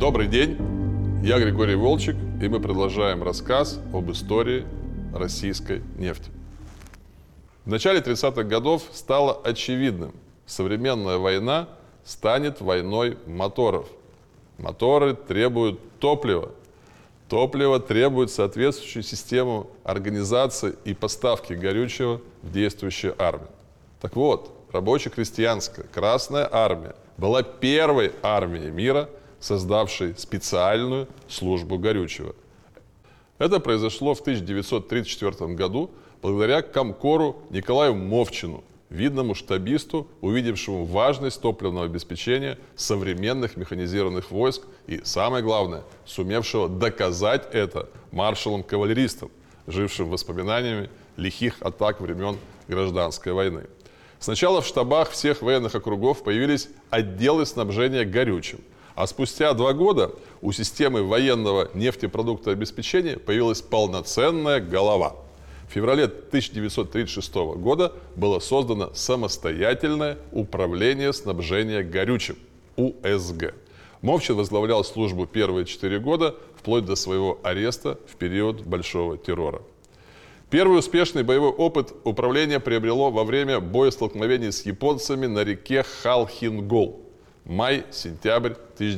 Добрый день, я Григорий Волчек, и мы продолжаем рассказ об истории российской нефти. В начале 30-х годов стало очевидным, современная война станет войной моторов. Моторы требуют топлива. Топливо требует соответствующую систему организации и поставки горючего в действующую армию. Так вот, рабоче-крестьянская Красная Армия была первой армией мира, создавшей специальную службу горючего. Это произошло в 1934 году благодаря комкору Николаю Мовчину, видному штабисту, увидевшему важность топливного обеспечения современных механизированных войск и, самое главное, сумевшего доказать это маршалам-кавалеристам, жившим воспоминаниями лихих атак времен Гражданской войны. Сначала в штабах всех военных округов появились отделы снабжения горючим, а спустя 2 года у системы военного нефтепродуктообеспечения появилась полноценная голова. В феврале 1936 года было создано самостоятельное управление снабжения горючим УСГ. Мовчин возглавлял службу первые 4 года, вплоть до своего ареста в период Большого террора. Первый успешный боевой опыт управления приобрело во время боестолкновений с японцами на реке Халхингол, май-сентябрь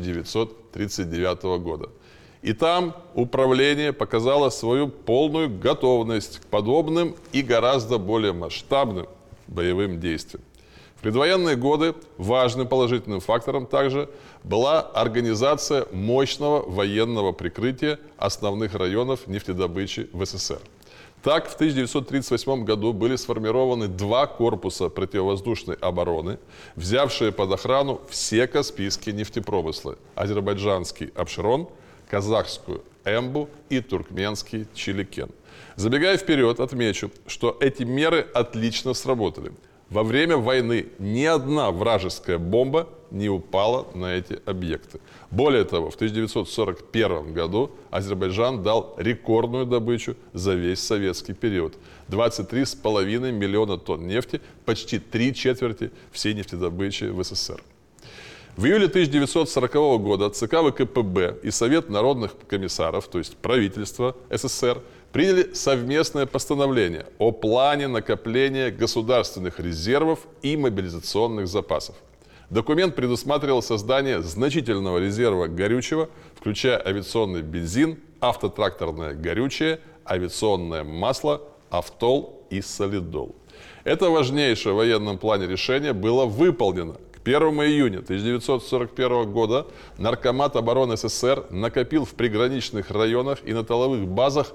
1939 года. И там управление показало свою полную готовность к подобным и гораздо более масштабным боевым действиям. В предвоенные годы важным положительным фактором также была организация мощного военного прикрытия основных районов нефтедобычи в СССР. Так, в 1938 году были сформированы 2 корпуса противовоздушной обороны, взявшие под охрану все каспийские нефтепромыслы: азербайджанский Абшерон, казахскую Эмбу и туркменский Чиликен. Забегая вперед, отмечу, что эти меры отлично сработали. Во время войны ни одна вражеская бомба не упала на эти объекты. Более того, в 1941 году Азербайджан дал рекордную добычу за весь советский период – 23,5 миллиона тонн нефти, почти 3/4 всей нефтедобычи в СССР. В июле 1940 года ЦК ВКПБ и Совет народных комиссаров, то есть правительство СССР, приняли совместное постановление о плане накопления государственных резервов и мобилизационных запасов. Документ предусматривал создание значительного резерва горючего, включая авиационный бензин, автотракторное горючее, авиационное масло, автол и солидол. Это важнейшее в военном плане решение было выполнено. К 1 июня 1941 года Наркомат обороны СССР накопил в приграничных районах и на тыловых базах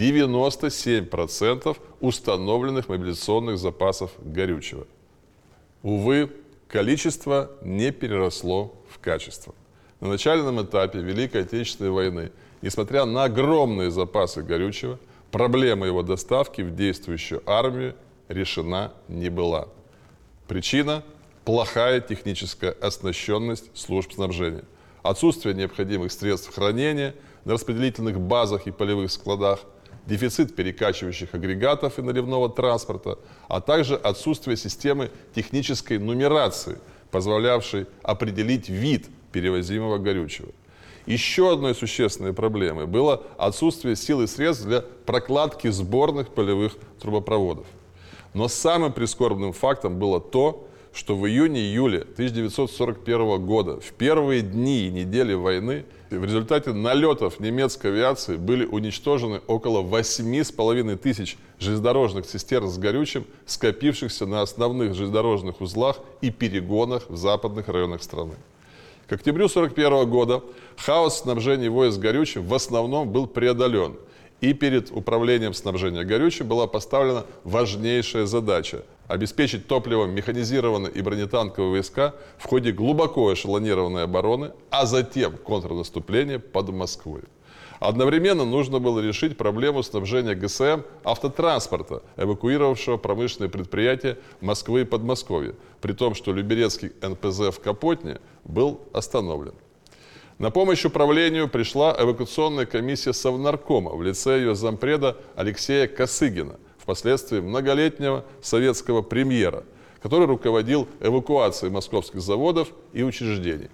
97% установленных мобилизационных запасов горючего. Увы, количество не переросло в качество. На начальном этапе Великой Отечественной войны, несмотря на огромные запасы горючего, проблема его доставки в действующую армию решена не была. Причина – плохая техническая оснащенность служб снабжения, отсутствие необходимых средств хранения на распределительных базах и полевых складах, дефицит перекачивающих агрегатов и наливного транспорта, а также отсутствие системы технической нумерации, позволявшей определить вид перевозимого горючего. Еще одной существенной проблемой было отсутствие сил и средств для прокладки сборных полевых трубопроводов. Но самым прискорбным фактом было то, что в июне-июле 1941 года, в первые дни и недели войны, в результате налетов немецкой авиации были уничтожены около 8,5 тысяч железнодорожных цистерн с горючим, скопившихся на основных железнодорожных узлах и перегонах в западных районах страны. К октябрю 1941 года хаос в снабжении войск горючим в основном был преодолен, и перед управлением снабжения горючим была поставлена важнейшая задача – обеспечить топливом механизированные и бронетанковые войска в ходе глубоко эшелонированной обороны, а затем контрнаступления под Москвой. Одновременно нужно было решить проблему снабжения ГСМ автотранспорта, эвакуировавшего промышленные предприятия Москвы и Подмосковья, при том, что Люберецкий НПЗ в Капотне был остановлен. На помощь управлению пришла эвакуационная комиссия Совнаркома в лице ее зампреда Алексея Косыгина, впоследствии многолетнего советского премьера, который руководил эвакуацией московских заводов и учреждений.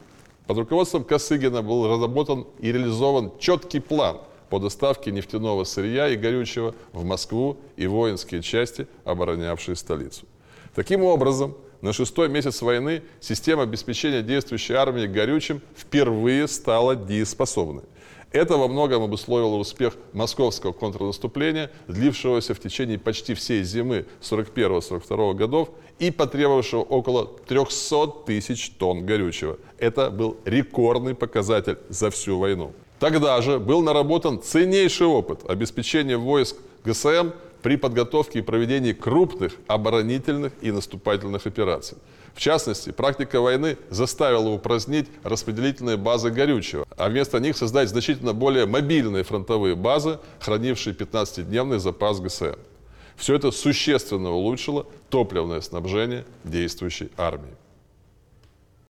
Под руководством Косыгина был разработан и реализован четкий план по доставке нефтяного сырья и горючего в Москву и воинские части, оборонявшие столицу. Таким образом, на 6-й месяц войны система обеспечения действующей армии горючим впервые стала дееспособной. Это во многом обусловило успех московского контрнаступления, длившегося в течение почти всей зимы 41-42 годов и потребовавшего около 300 тысяч тонн горючего. Это был рекордный показатель за всю войну. Тогда же был наработан ценнейший опыт обеспечения войск ГСМ при подготовке и проведении крупных оборонительных и наступательных операций. В частности, практика войны заставила упразднить распределительные базы горючего, а вместо них создать значительно более мобильные фронтовые базы, хранившие 15-дневный запас ГСМ. Все это существенно улучшило топливное снабжение действующей армии.